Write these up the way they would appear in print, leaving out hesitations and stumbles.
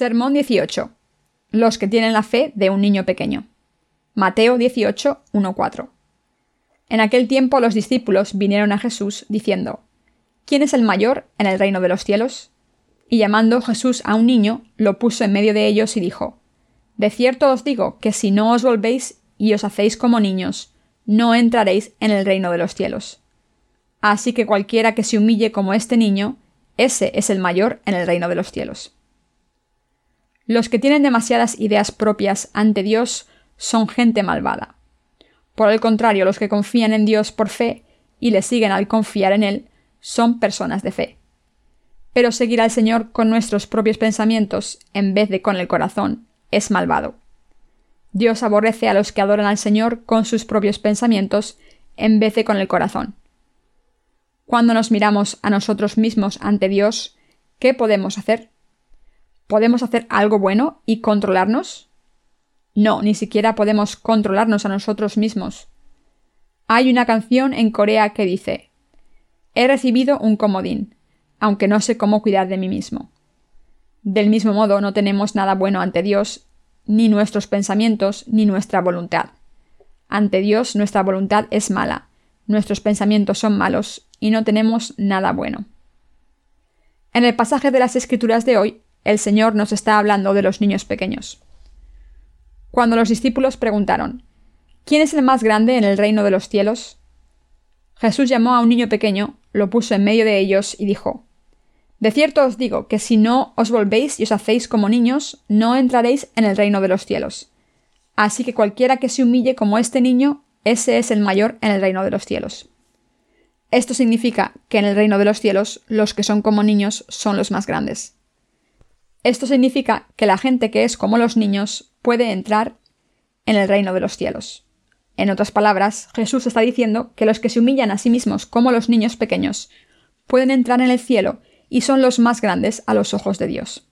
Sermón 18. Los que tienen la fe de un niño pequeño. Mateo 18, 1-4. En aquel tiempo los discípulos vinieron a Jesús diciendo: ¿Quién es el mayor en el reino de los cielos? Y llamando Jesús a un niño, lo puso en medio de ellos y dijo: De cierto os digo que si no os volvéis y os hacéis como niños, no entraréis en el reino de los cielos. Así que cualquiera que se humille como este niño, ese es el mayor en el reino de los cielos. Los que tienen demasiadas ideas propias ante Dios son gente malvada. Por el contrario, los que confían en Dios por fe y le siguen al confiar en Él son personas de fe. Pero seguir al Señor con nuestros propios pensamientos en vez de con el corazón es malvado. Dios aborrece a los que adoran al Señor con sus propios pensamientos en vez de con el corazón. Cuando nos miramos a nosotros mismos ante Dios, ¿qué podemos hacer? ¿Podemos hacer algo bueno y controlarnos? No, ni siquiera podemos controlarnos a nosotros mismos. Hay una canción en Corea que dice: He recibido un comodín, aunque no sé cómo cuidar de mí mismo. Del mismo modo, no tenemos nada bueno ante Dios, ni nuestros pensamientos, ni nuestra voluntad. Ante Dios, nuestra voluntad es mala, nuestros pensamientos son malos, y no tenemos nada bueno. En el pasaje de las Escrituras de hoy, el Señor nos está hablando de los niños pequeños. Cuando los discípulos preguntaron: ¿Quién es el más grande en el reino de los cielos? Jesús llamó a un niño pequeño, lo puso en medio de ellos y dijo: De cierto os digo que si no os volvéis y os hacéis como niños, no entraréis en el reino de los cielos. Así que cualquiera que se humille como este niño, ese es el mayor en el reino de los cielos. Esto significa que en el reino de los cielos, los que son como niños son los más grandes. Esto significa que la gente que es como los niños puede entrar en el reino de los cielos. En otras palabras, Jesús está diciendo que los que se humillan a sí mismos como los niños pequeños pueden entrar en el cielo y son los más grandes a los ojos de Dios.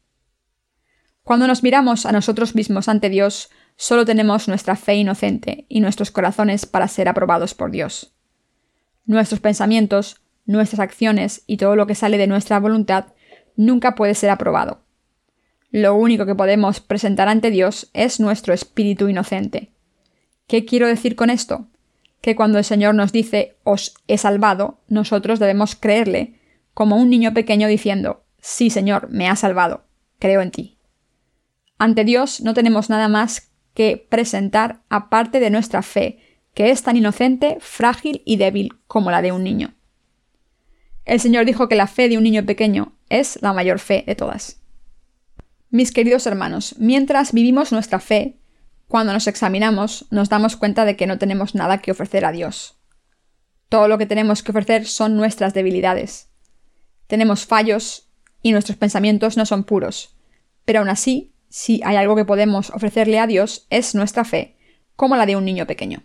Cuando nos miramos a nosotros mismos ante Dios, solo tenemos nuestra fe inocente y nuestros corazones para ser aprobados por Dios. Nuestros pensamientos, nuestras acciones y todo lo que sale de nuestra voluntad nunca puede ser aprobado. Lo único que podemos presentar ante Dios es nuestro espíritu inocente. ¿Qué quiero decir con esto? Que cuando el Señor nos dice «Os he salvado», nosotros debemos creerle, como un niño pequeño diciendo «Sí, Señor, me has salvado, creo en ti». Ante Dios no tenemos nada más que presentar aparte de nuestra fe, que es tan inocente, frágil y débil como la de un niño. El Señor dijo que la fe de un niño pequeño es la mayor fe de todas. Mis queridos hermanos, mientras vivimos nuestra fe, cuando nos examinamos, nos damos cuenta de que no tenemos nada que ofrecer a Dios. Todo lo que tenemos que ofrecer son nuestras debilidades. Tenemos fallos y nuestros pensamientos no son puros, pero aún así, si hay algo que podemos ofrecerle a Dios, es nuestra fe, como la de un niño pequeño.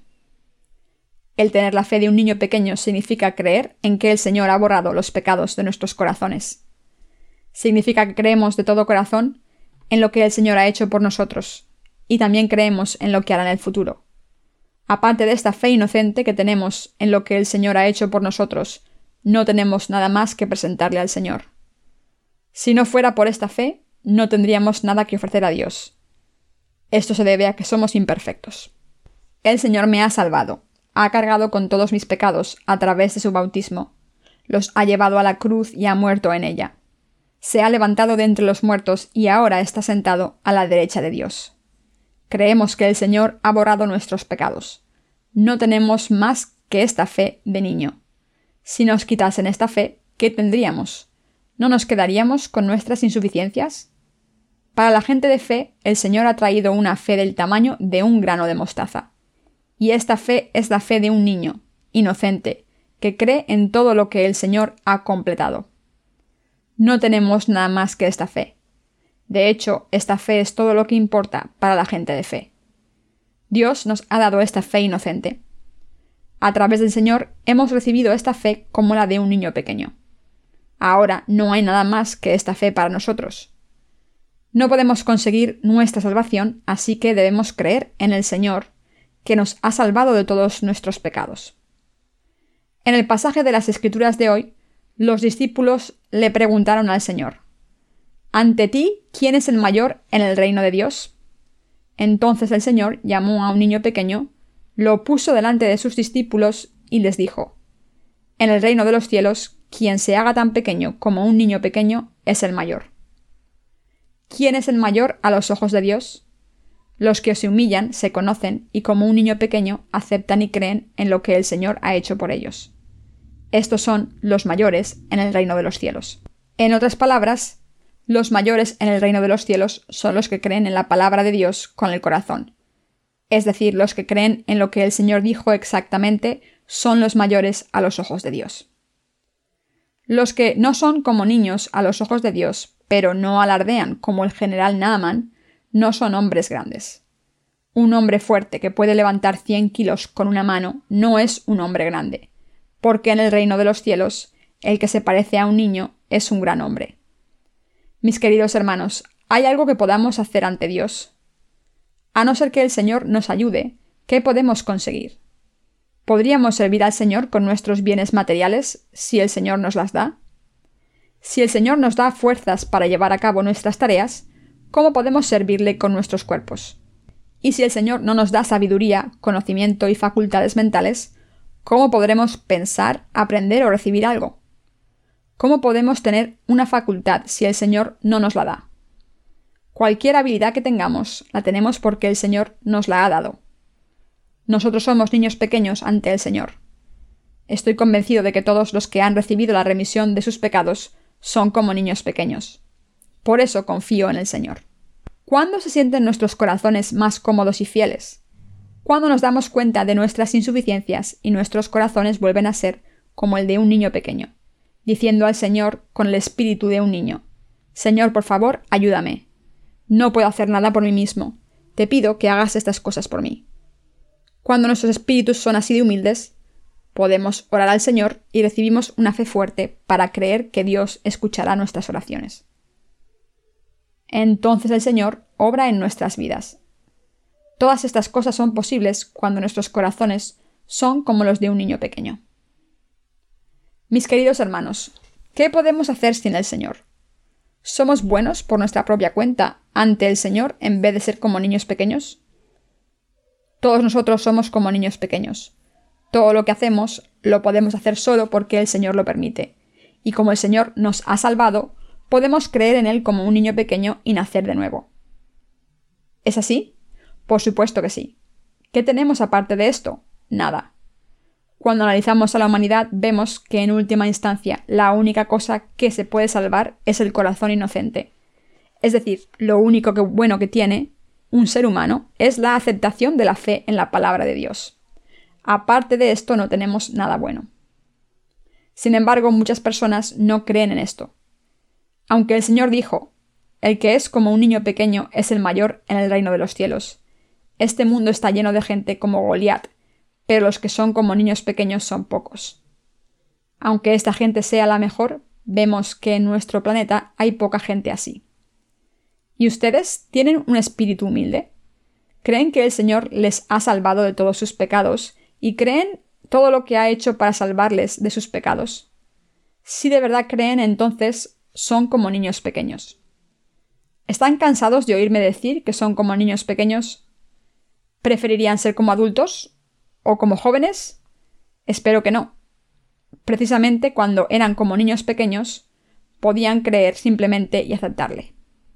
El tener la fe de un niño pequeño significa creer en que el Señor ha borrado los pecados de nuestros corazones. Significa que creemos de todo corazón en lo que el Señor ha hecho por nosotros, y también creemos en lo que hará en el futuro. Aparte de esta fe inocente que tenemos en lo que el Señor ha hecho por nosotros, no tenemos nada más que presentarle al Señor. Si no fuera por esta fe, no tendríamos nada que ofrecer a Dios. Esto se debe a que somos imperfectos. El Señor me ha salvado, ha cargado con todos mis pecados a través de su bautismo, los ha llevado a la cruz y ha muerto en ella. Se ha levantado de entre los muertos y ahora está sentado a la derecha de Dios. Creemos que el Señor ha borrado nuestros pecados. No tenemos más que esta fe de niño. Si nos quitasen esta fe, ¿qué tendríamos? ¿No nos quedaríamos con nuestras insuficiencias? Para la gente de fe, el Señor ha traído una fe del tamaño de un grano de mostaza. Y esta fe es la fe de un niño, inocente, que cree en todo lo que el Señor ha completado. No tenemos nada más que esta fe. De hecho, esta fe es todo lo que importa para la gente de fe. Dios nos ha dado esta fe inocente. A través del Señor hemos recibido esta fe como la de un niño pequeño. Ahora no hay nada más que esta fe para nosotros. No podemos conseguir nuestra salvación, así que debemos creer en el Señor, que nos ha salvado de todos nuestros pecados. En el pasaje de las Escrituras de hoy, los discípulos le preguntaron al Señor: Ante ti, ¿quién es el mayor en el reino de Dios? Entonces el Señor llamó a un niño pequeño, lo puso delante de sus discípulos y les dijo: En el reino de los cielos, quien se haga tan pequeño como un niño pequeño es el mayor. ¿Quién es el mayor a los ojos de Dios? Los que se humillan, se conocen y como un niño pequeño aceptan y creen en lo que el Señor ha hecho por ellos. Estos son los mayores en el reino de los cielos. En otras palabras, los mayores en el reino de los cielos son los que creen en la palabra de Dios con el corazón. Es decir, los que creen en lo que el Señor dijo exactamente son los mayores a los ojos de Dios. Los que no son como niños a los ojos de Dios, pero no alardean como el general Naaman, no son hombres grandes. Un hombre fuerte que puede levantar 100 kilos con una mano no es un hombre grande, porque en el reino de los cielos el que se parece a un niño es un gran hombre. Mis queridos hermanos, ¿hay algo que podamos hacer ante Dios? A no ser que el Señor nos ayude, ¿qué podemos conseguir? ¿Podríamos servir al Señor con nuestros bienes materiales si el Señor nos las da? Si el Señor nos da fuerzas para llevar a cabo nuestras tareas, ¿cómo podemos servirle con nuestros cuerpos? Y si el Señor no nos da sabiduría, conocimiento y facultades mentales, ¿cómo podremos pensar, aprender o recibir algo? ¿Cómo podemos tener una facultad si el Señor no nos la da? Cualquier habilidad que tengamos, la tenemos porque el Señor nos la ha dado. Nosotros somos niños pequeños ante el Señor. Estoy convencido de que todos los que han recibido la remisión de sus pecados son como niños pequeños. Por eso confío en el Señor. ¿Cuándo se sienten nuestros corazones más cómodos y fieles? Cuando nos damos cuenta de nuestras insuficiencias y nuestros corazones vuelven a ser como el de un niño pequeño, diciendo al Señor con el espíritu de un niño: Señor, por favor, ayúdame. No puedo hacer nada por mí mismo. Te pido que hagas estas cosas por mí. Cuando nuestros espíritus son así de humildes, podemos orar al Señor y recibimos una fe fuerte para creer que Dios escuchará nuestras oraciones. Entonces el Señor obra en nuestras vidas. Todas estas cosas son posibles cuando nuestros corazones son como los de un niño pequeño. Mis queridos hermanos, ¿qué podemos hacer sin el Señor? ¿Somos buenos por nuestra propia cuenta ante el Señor en vez de ser como niños pequeños? Todos nosotros somos como niños pequeños. Todo lo que hacemos lo podemos hacer solo porque el Señor lo permite. Y como el Señor nos ha salvado, podemos creer en Él como un niño pequeño y nacer de nuevo. ¿Es así? Por supuesto que sí. ¿Qué tenemos aparte de esto? Nada. Cuando analizamos a la humanidad, vemos que en última instancia la única cosa que se puede salvar es el corazón inocente. Es decir, lo único bueno que tiene un ser humano es la aceptación de la fe en la palabra de Dios. Aparte de esto no tenemos nada bueno. Sin embargo, muchas personas no creen en esto. Aunque el Señor dijo: el que es como un niño pequeño es el mayor en el reino de los cielos. Este mundo está lleno de gente como Goliat, pero los que son como niños pequeños son pocos. Aunque esta gente sea la mejor, vemos que en nuestro planeta hay poca gente así. ¿Y ustedes tienen un espíritu humilde? ¿Creen que el Señor les ha salvado de todos sus pecados y creen todo lo que ha hecho para salvarles de sus pecados? Si de verdad creen, entonces son como niños pequeños. ¿Están cansados de oírme decir que son como niños pequeños? ¿Preferirían ser como adultos? ¿O como jóvenes? Espero que no. Precisamente cuando eran como niños pequeños, podían creer simplemente y aceptarle.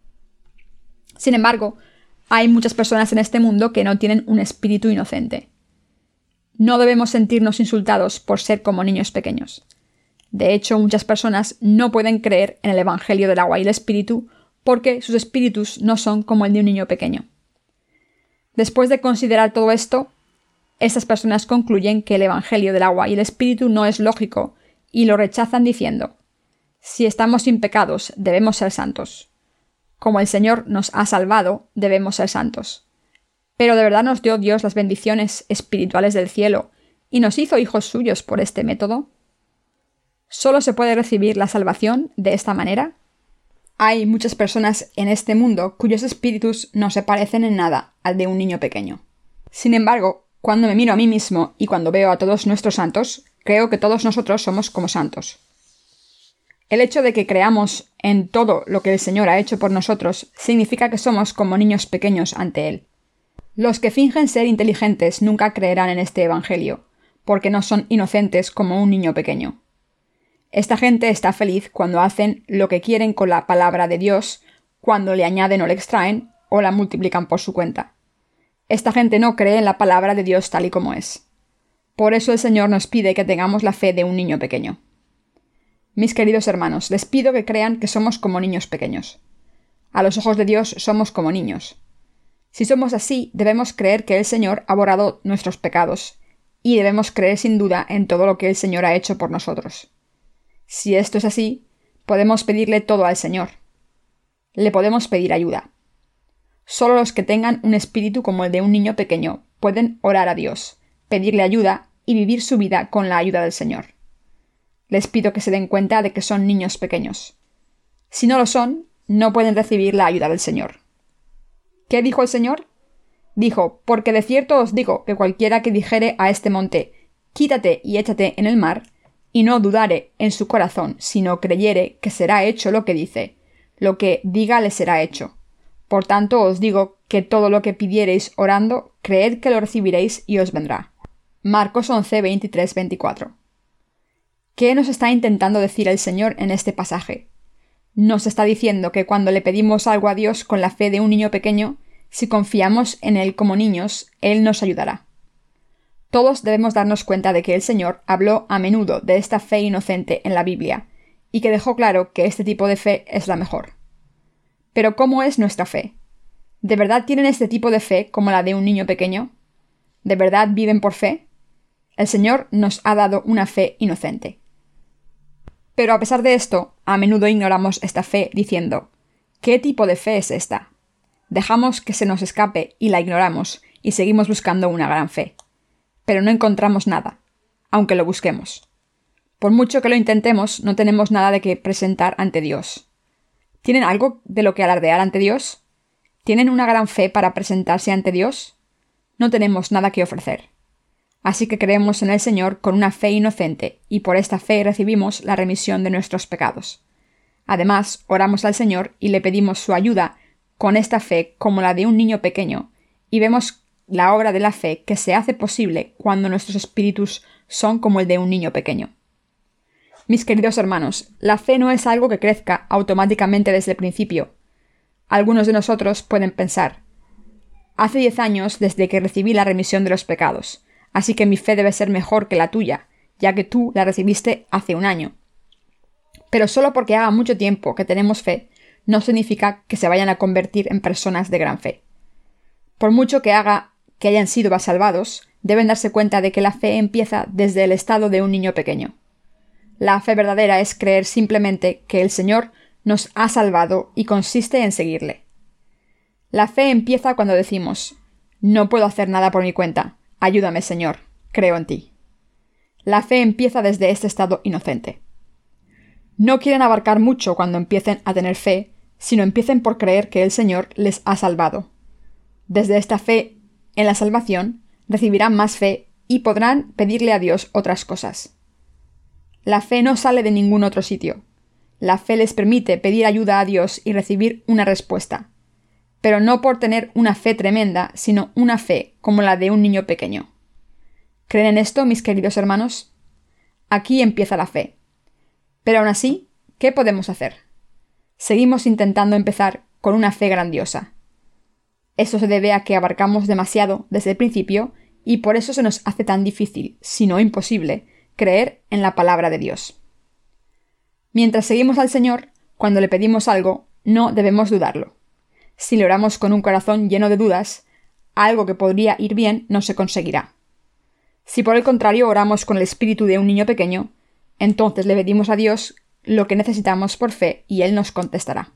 Sin embargo, hay muchas personas en este mundo que no tienen un espíritu inocente. No debemos sentirnos insultados por ser como niños pequeños. De hecho, muchas personas no pueden creer en el Evangelio del agua y el Espíritu porque sus espíritus no son como el de un niño pequeño. Después de considerar todo esto, estas personas concluyen que el Evangelio del agua y el Espíritu no es lógico y lo rechazan diciendo: si estamos sin pecados, debemos ser santos. Como el Señor nos ha salvado, debemos ser santos. Pero ¿de verdad nos dio Dios las bendiciones espirituales del cielo y nos hizo hijos suyos por este método? ¿Solo se puede recibir la salvación de esta manera? Hay muchas personas en este mundo cuyos espíritus no se parecen en nada al de un niño pequeño. Sin embargo, cuando me miro a mí mismo y cuando veo a todos nuestros santos, creo que todos nosotros somos como santos. El hecho de que creamos en todo lo que el Señor ha hecho por nosotros significa que somos como niños pequeños ante Él. Los que fingen ser inteligentes nunca creerán en este Evangelio, porque no son inocentes como un niño pequeño. Esta gente está feliz cuando hacen lo que quieren con la palabra de Dios, cuando le añaden o le extraen, o la multiplican por su cuenta. Esta gente no cree en la palabra de Dios tal y como es. Por eso el Señor nos pide que tengamos la fe de un niño pequeño. Mis queridos hermanos, les pido que crean que somos como niños pequeños. A los ojos de Dios somos como niños. Si somos así, debemos creer que el Señor ha borrado nuestros pecados, y debemos creer sin duda en todo lo que el Señor ha hecho por nosotros. Si esto es así, podemos pedirle todo al Señor. Le podemos pedir ayuda. Solo los que tengan un espíritu como el de un niño pequeño pueden orar a Dios, pedirle ayuda y vivir su vida con la ayuda del Señor. Les pido que se den cuenta de que son niños pequeños. Si no lo son, no pueden recibir la ayuda del Señor. ¿Qué dijo el Señor? Dijo, porque de cierto os digo que cualquiera que dijere a este monte, quítate y échate en el mar, y no dudare en su corazón, sino creyere que será hecho lo que dice, lo que diga le será hecho. Por tanto os digo que todo lo que pidiereis orando, creed que lo recibiréis y os vendrá. Marcos 11, 23, 24. ¿Qué nos está intentando decir el Señor en este pasaje? Nos está diciendo que cuando le pedimos algo a Dios con la fe de un niño pequeño, si confiamos en Él como niños, Él nos ayudará. Todos debemos darnos cuenta de que el Señor habló a menudo de esta fe inocente en la Biblia, y que dejó claro que este tipo de fe es la mejor. Pero ¿cómo es nuestra fe? ¿De verdad tienen este tipo de fe como la de un niño pequeño? ¿De verdad viven por fe? El Señor nos ha dado una fe inocente. Pero a pesar de esto, a menudo ignoramos esta fe diciendo, ¿qué tipo de fe es esta? Dejamos que se nos escape y la ignoramos, y seguimos buscando una gran fe. Pero no encontramos nada, aunque lo busquemos. Por mucho que lo intentemos, no tenemos nada de qué presentar ante Dios. ¿Tienen algo de lo que alardear ante Dios? ¿Tienen una gran fe para presentarse ante Dios? No tenemos nada que ofrecer. Así que creemos en el Señor con una fe inocente, y por esta fe recibimos la remisión de nuestros pecados. Además, oramos al Señor y le pedimos su ayuda con esta fe como la de un niño pequeño, y vemos la obra de la fe que se hace posible cuando nuestros espíritus son como el de un niño pequeño. Mis queridos hermanos, la fe no es algo que crezca automáticamente desde el principio. Algunos de nosotros pueden pensar, hace 10 años desde que recibí la remisión de los pecados, así que mi fe debe ser mejor que la tuya, ya que tú la recibiste hace un año. Pero solo porque haga mucho tiempo que tenemos fe, no significa que se vayan a convertir en personas de gran fe. Por mucho que haga que hayan sido salvados, deben darse cuenta de que la fe empieza desde el estado de un niño pequeño. La fe verdadera es creer simplemente que el Señor nos ha salvado y consiste en seguirle. La fe empieza cuando decimos, no puedo hacer nada por mi cuenta, ayúdame Señor, creo en ti. La fe empieza desde este estado inocente. No quieren abarcar mucho cuando empiecen a tener fe, sino empiecen por creer que el Señor les ha salvado. Desde esta fe en la salvación, recibirán más fe y podrán pedirle a Dios otras cosas. La fe no sale de ningún otro sitio. La fe les permite pedir ayuda a Dios y recibir una respuesta. Pero no por tener una fe tremenda, sino una fe como la de un niño pequeño. ¿Creen en esto, mis queridos hermanos? Aquí empieza la fe. Pero aún así, ¿qué podemos hacer? Seguimos intentando empezar con una fe grandiosa. Esto se debe a que abarcamos demasiado desde el principio y por eso se nos hace tan difícil, si no imposible, creer en la palabra de Dios. Mientras seguimos al Señor, cuando le pedimos algo, no debemos dudarlo. Si le oramos con un corazón lleno de dudas, algo que podría ir bien no se conseguirá. Si por el contrario oramos con el espíritu de un niño pequeño, entonces le pedimos a Dios lo que necesitamos por fe y Él nos contestará.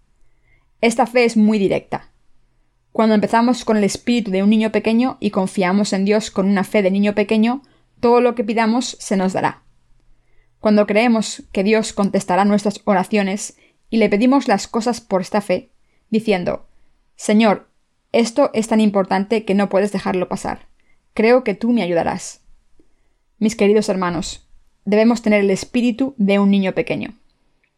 Esta fe es muy directa. Cuando empezamos con el espíritu de un niño pequeño y confiamos en Dios con una fe de niño pequeño, todo lo que pidamos se nos dará. Cuando creemos que Dios contestará nuestras oraciones y le pedimos las cosas por esta fe, diciendo, Señor, esto es tan importante que no puedes dejarlo pasar. Creo que tú me ayudarás. Mis queridos hermanos, debemos tener el espíritu de un niño pequeño.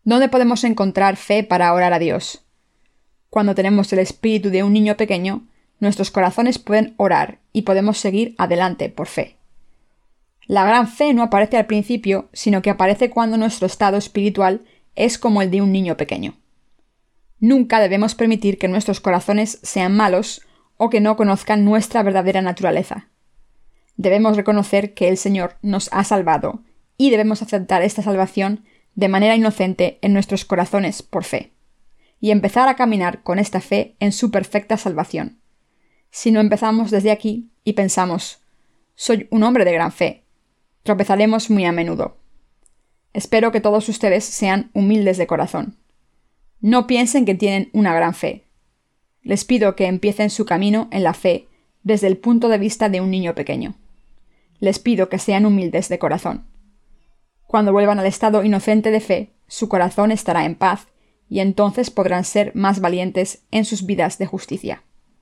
¿Dónde podemos encontrar fe para orar a Dios? Cuando tenemos el espíritu de un niño pequeño, nuestros corazones pueden orar y podemos seguir adelante por fe. La gran fe no aparece al principio, sino que aparece cuando nuestro estado espiritual es como el de un niño pequeño. Nunca debemos permitir que nuestros corazones sean malos o que no conozcan nuestra verdadera naturaleza. Debemos reconocer que el Señor nos ha salvado y debemos aceptar esta salvación de manera inocente en nuestros corazones por fe, y empezar a caminar con esta fe en su perfecta salvación. Si no empezamos desde aquí y pensamos, soy un hombre de gran fe, tropezaremos muy a menudo. Espero que todos ustedes sean humildes de corazón. No piensen que tienen una gran fe. Les pido que empiecen su camino en la fe desde el punto de vista de un niño pequeño. Les pido que sean humildes de corazón. Cuando vuelvan al estado inocente de fe, su corazón estará en paz y entonces podrán ser más valientes en sus vidas de justicia.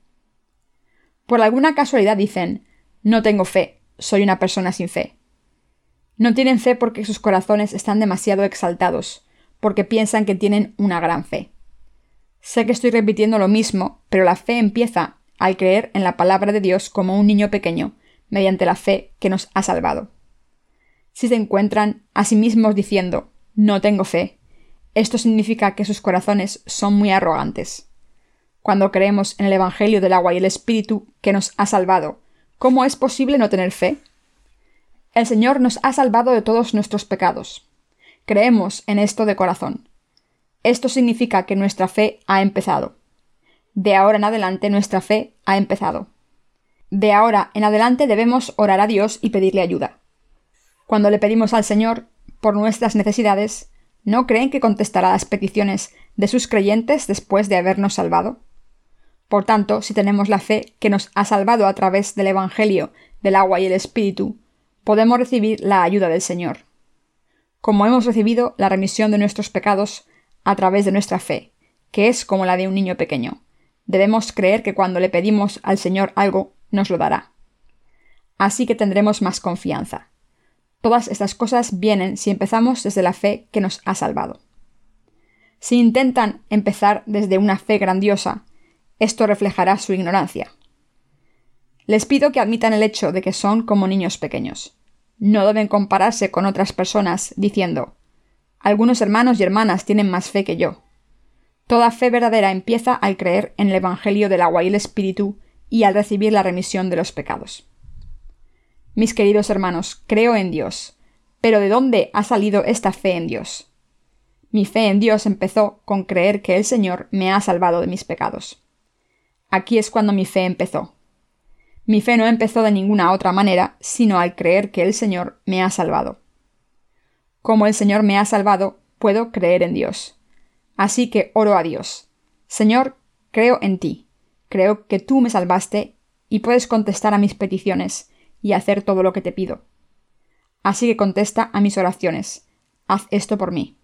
Por alguna casualidad dicen, no tengo fe, soy una persona sin fe. No tienen fe porque sus corazones están demasiado exaltados, porque piensan que tienen una gran fe. Sé que estoy repitiendo lo mismo, pero la fe empieza al creer en la palabra de Dios como un niño pequeño, mediante la fe que nos ha salvado. Si se encuentran a sí mismos diciendo, no tengo fe, esto significa que sus corazones son muy arrogantes. Cuando creemos en el Evangelio del agua y el Espíritu que nos ha salvado, ¿cómo es posible no tener fe? El Señor nos ha salvado de todos nuestros pecados. Creemos en esto de corazón. Esto significa que nuestra fe ha empezado. De ahora en adelante nuestra fe ha empezado. De ahora en adelante debemos orar a Dios y pedirle ayuda. Cuando le pedimos al Señor por nuestras necesidades, ¿no creen que contestará las peticiones de sus creyentes después de habernos salvado? Por tanto, si tenemos la fe que nos ha salvado a través del Evangelio, del agua y el Espíritu, podemos recibir la ayuda del Señor. Como hemos recibido la remisión de nuestros pecados a través de nuestra fe, que es como la de un niño pequeño, debemos creer que cuando le pedimos al Señor algo, nos lo dará. Así que tendremos más confianza. Todas estas cosas vienen si empezamos desde la fe que nos ha salvado. Si intentan empezar desde una fe grandiosa, esto reflejará su ignorancia. Les pido que admitan el hecho de que son como niños pequeños. No deben compararse con otras personas diciendo, algunos hermanos y hermanas tienen más fe que yo. Toda fe verdadera empieza al creer en el Evangelio del agua y el Espíritu y al recibir la remisión de los pecados. Mis queridos hermanos, creo en Dios. Pero ¿de dónde ha salido esta fe en Dios? Mi fe en Dios empezó con creer que el Señor me ha salvado de mis pecados. Aquí es cuando mi fe empezó. Mi fe no empezó de ninguna otra manera, sino al creer que el Señor me ha salvado. Como el Señor me ha salvado, puedo creer en Dios. Así que oro a Dios. Señor, creo en ti. Creo que tú me salvaste y puedes contestar a mis peticiones y hacer todo lo que te pido. Así que contesta a mis oraciones. Haz esto por mí.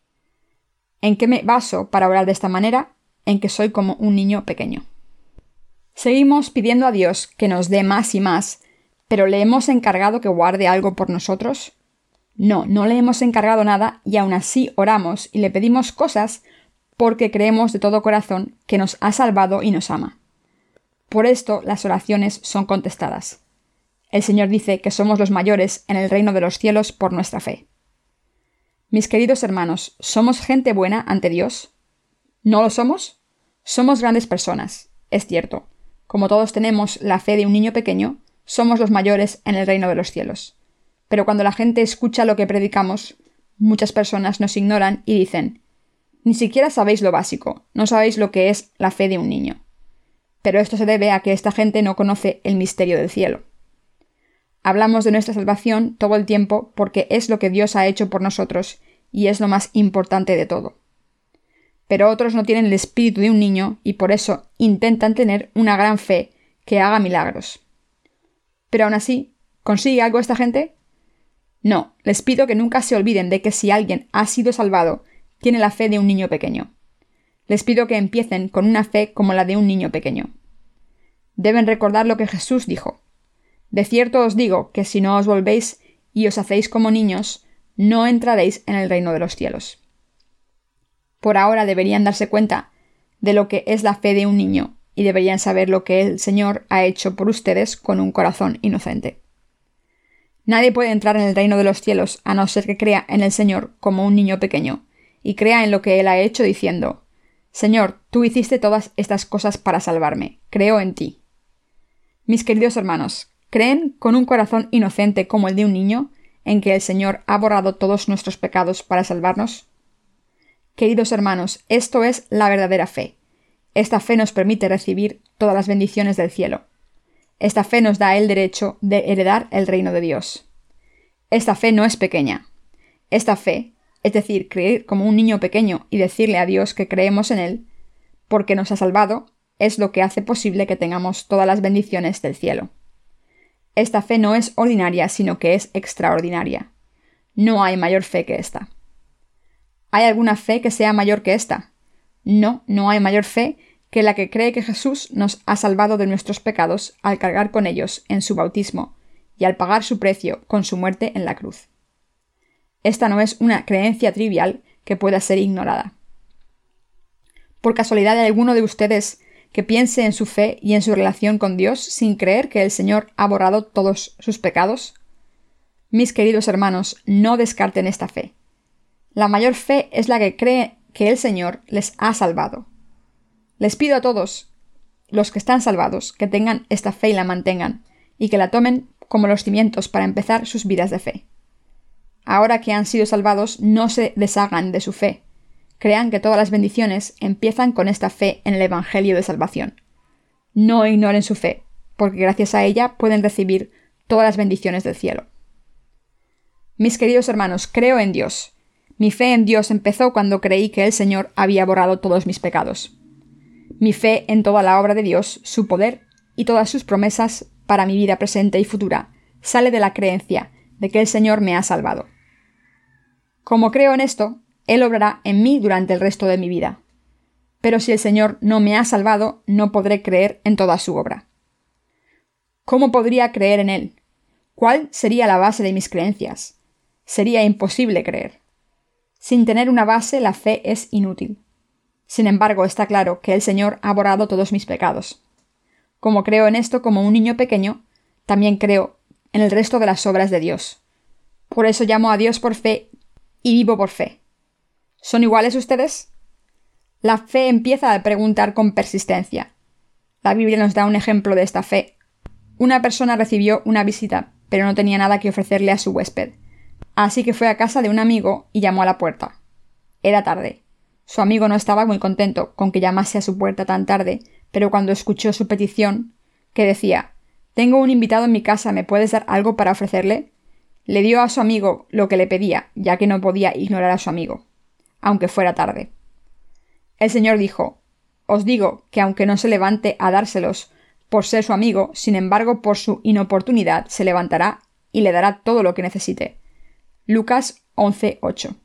¿En qué me baso para orar de esta manera? En que soy como un niño pequeño. Seguimos pidiendo a Dios que nos dé más y más, pero ¿le hemos encargado que guarde algo por nosotros? No le hemos encargado nada y aún así oramos y le pedimos cosas porque creemos de todo corazón que nos ha salvado y nos ama. Por esto las oraciones son contestadas. El Señor dice que somos los mayores en el reino de los cielos por nuestra fe. Mis queridos hermanos, ¿somos gente buena ante Dios? ¿No lo somos? Somos grandes personas, es cierto. Como todos tenemos la fe de un niño pequeño, somos los mayores en el reino de los cielos. Pero cuando la gente escucha lo que predicamos, muchas personas nos ignoran y dicen, ni siquiera sabéis lo básico, no sabéis lo que es la fe de un niño. Pero esto se debe a que esta gente no conoce el misterio del cielo. Hablamos de nuestra salvación todo el tiempo porque es lo que Dios ha hecho por nosotros y es lo más importante de todo. Pero otros no tienen el espíritu de un niño y por eso intentan tener una gran fe que haga milagros. Pero aún así, ¿consigue algo esta gente? No, les pido que nunca se olviden de que si alguien ha sido salvado, tiene la fe de un niño pequeño. Les pido que empiecen con una fe como la de un niño pequeño. Deben recordar lo que Jesús dijo. De cierto os digo que si no os volvéis y os hacéis como niños, no entraréis en el reino de los cielos. Por ahora deberían darse cuenta de lo que es la fe de un niño y deberían saber lo que el Señor ha hecho por ustedes con un corazón inocente. Nadie puede entrar en el reino de los cielos a no ser que crea en el Señor como un niño pequeño y crea en lo que Él ha hecho diciendo: Señor, tú hiciste todas estas cosas para salvarme, creo en ti. Mis queridos hermanos, ¿creen con un corazón inocente como el de un niño en que el Señor ha borrado todos nuestros pecados para salvarnos? Queridos hermanos, esto es la verdadera fe. Esta fe nos permite recibir todas las bendiciones del cielo. Esta fe nos da el derecho de heredar el reino de Dios. Esta fe no es pequeña. Esta fe, es decir, creer como un niño pequeño y decirle a Dios que creemos en Él, porque nos ha salvado, es lo que hace posible que tengamos todas las bendiciones del cielo. Esta fe no es ordinaria, sino que es extraordinaria. No hay mayor fe que esta. ¿Hay alguna fe que sea mayor que esta? No, no hay mayor fe que la que cree que Jesús nos ha salvado de nuestros pecados al cargar con ellos en su bautismo y al pagar su precio con su muerte en la cruz. Esta no es una creencia trivial que pueda ser ignorada. ¿Por casualidad hay alguno de ustedes que piense en su fe y en su relación con Dios sin creer que el Señor ha borrado todos sus pecados? Mis queridos hermanos, no descarten esta fe. La mayor fe es la que cree que el Señor les ha salvado. Les pido a todos los que están salvados que tengan esta fe y la mantengan, y que la tomen como los cimientos para empezar sus vidas de fe. Ahora que han sido salvados, no se deshagan de su fe. Crean que todas las bendiciones empiezan con esta fe en el Evangelio de salvación. No ignoren su fe, porque gracias a ella pueden recibir todas las bendiciones del cielo. Mis queridos hermanos, creo en Dios. Mi fe en Dios empezó cuando creí que el Señor había borrado todos mis pecados. Mi fe en toda la obra de Dios, su poder y todas sus promesas para mi vida presente y futura sale de la creencia de que el Señor me ha salvado. Como creo en esto, Él obrará en mí durante el resto de mi vida. Pero si el Señor no me ha salvado, no podré creer en toda su obra. ¿Cómo podría creer en Él? ¿Cuál sería la base de mis creencias? Sería imposible creer. Sin tener una base, la fe es inútil. Sin embargo, está claro que el Señor ha borrado todos mis pecados. Como creo en esto como un niño pequeño, también creo en el resto de las obras de Dios. Por eso llamo a Dios por fe y vivo por fe. ¿Son iguales ustedes? La fe empieza al preguntar con persistencia. La Biblia nos da un ejemplo de esta fe. Una persona recibió una visita, pero no tenía nada que ofrecerle a su huésped. Así que fue a casa de un amigo y llamó a la puerta. Era tarde. Su amigo no estaba muy contento con que llamase a su puerta tan tarde, pero cuando escuchó su petición, que decía: «Tengo un invitado en mi casa, ¿me puedes dar algo para ofrecerle?», le dio a su amigo lo que le pedía, ya que no podía ignorar a su amigo, aunque fuera tarde. El Señor dijo: «Os digo que aunque no se levante a dárselos por ser su amigo, sin embargo por su inoportunidad se levantará y le dará todo lo que necesite». Lucas 11:8.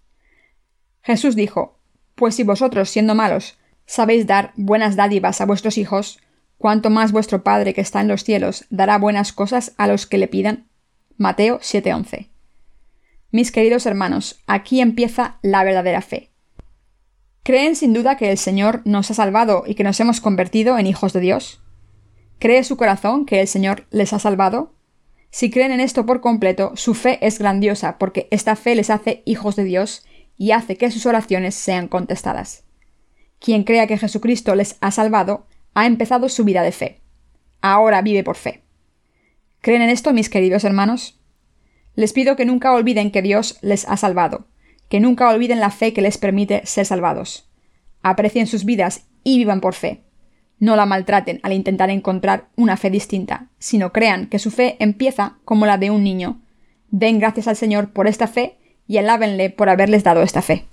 Jesús dijo: «Pues si vosotros, siendo malos, sabéis dar buenas dádivas a vuestros hijos, ¿cuánto más vuestro Padre que está en los cielos dará buenas cosas a los que le pidan?» Mateo 7:11. Mis queridos hermanos, aquí empieza la verdadera fe. ¿Creen sin duda que el Señor nos ha salvado y que nos hemos convertido en hijos de Dios? ¿Cree su corazón que el Señor les ha salvado? Si creen en esto por completo, su fe es grandiosa porque esta fe les hace hijos de Dios y hace que sus oraciones sean contestadas. Quien crea que Jesucristo les ha salvado, ha empezado su vida de fe. Ahora vive por fe. ¿Creen en esto, mis queridos hermanos? Les pido que nunca olviden que Dios les ha salvado, que nunca olviden la fe que les permite ser salvados. Aprecien sus vidas y vivan por fe. No la maltraten al intentar encontrar una fe distinta, sino crean que su fe empieza como la de un niño. Den gracias al Señor por esta fe y alábenle por haberles dado esta fe.